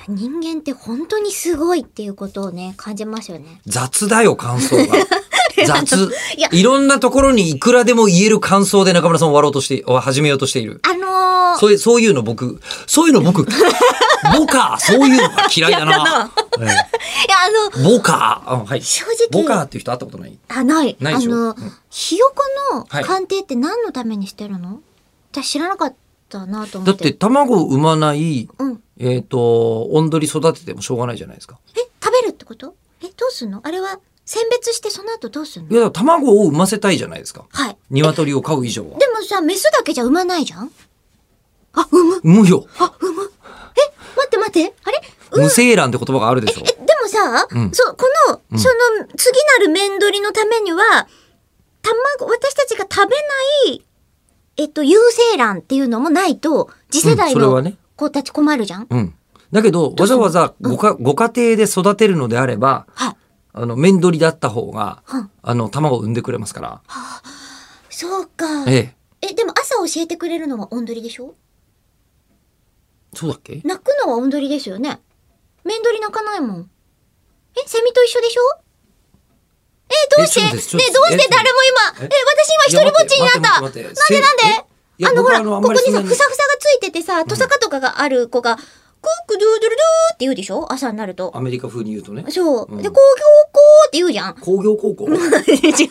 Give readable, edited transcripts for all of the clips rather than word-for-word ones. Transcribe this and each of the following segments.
や人間って本当にすごいっていうことをね感じますよね。 雑だよ感想が。雑。 いやいろんなところにいくらでも言える感想で中村さんを始めようとしている。そういうの僕ボカそういうのが嫌いだな。 いやボカはい。 正直ボカっていう人会ったことない？ ないでしょ。 ひよこの鑑定って何のためにしてるの？私知らなかったなと思って。 だって卵を産まない、 うん、 オンドリ育ててもしょうがないじゃないですか。 食べるってこと？どうすんの？あれは選別してその後どうすんの？ いや卵を産ませたいじゃないですか。 はい。 鶏を飼う以上は。 でもさメスだけじゃ産まないじゃん。あ、産むよ。 産む。待ってあれ？ 無精卵って言葉があるでしょ。 でもさ、その次なる面取りのためには私たちが食べない有精卵っていうのもないと次世代の子たち困るじゃん。 だけどわざわざご家庭で育てるのであれば、面取りだった方が、卵を産んでくれますから。 そうか。 でも朝教えてくれるのはオンドリでしょ？ そうだっけ？ 鳴くのはオンドリですよね。面取り鳴かないもん。セミと一緒でしょ？どうして誰も今、私今一人ぼっちになった。なんでここにさ、ふさふさがついててさ、トサカとかがある子が、クックドゥードゥルドゥーって言うでしょ？朝になると。 アメリカ風に言うとね。 そう。で、工業高って言うじゃん。 工業高校？違う。 工業高って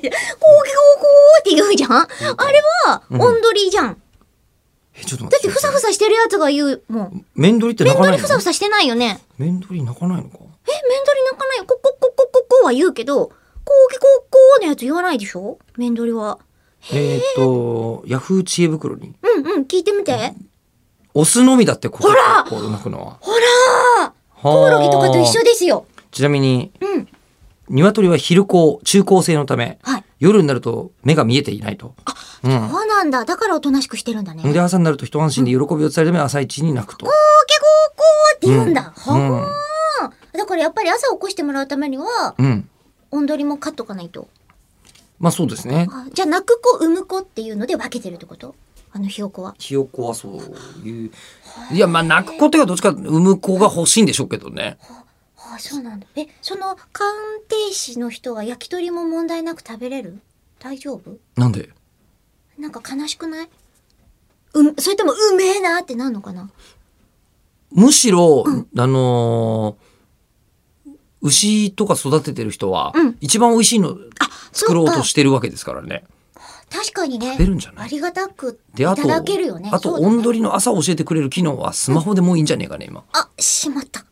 言うじゃん。あれは、オンドリじゃん。 ちょっと待って。 だってふさふさしてるやつが言うもん。 面取りって鳴かないの？ 面取りふさふさしてないよね。 面取り鳴かないのか？ 面取り鳴かないよ。コは言うけど、コのやつ言わないでしょ？面取りは。 ヤフー知恵袋に。 聞いてみて。 オスのみだってほら鳴くのは。 ほらコオロギとかと一緒ですよ。 ちなみに、鶏は昼行、中高生のため、夜になると目が見えていないと。 そうなんだ。だからおとなしくしてるんだね。 で、朝になると一安心で喜びを伝えるため朝一に鳴くと。 って言うんだ。だからやっぱり朝起こしてもらうためには、オンドリも飼っとかないと。 まあそうですね。 じゃあ泣く子産む子っていうので分けてるってこと？ひよこは。 ひよこはそういう。いやまあ泣く子っていうかどっちか産む子が欲しいんでしょうけどね。 そうなんだ。その鑑定士の人は焼き鳥も問題なく食べれる？大丈夫？なんで？ なんか悲しくない？それともうめえなってなんのかな？ むしろ、牛とか育ててる人は、一番美味しいの作ろうとしてるわけですからね。 確かにね。 食べるんじゃない？ ありがたくいただけるよね。 あと、オンドリの朝教えてくれる機能はスマホでもういいんじゃねえかね、今。 しまった。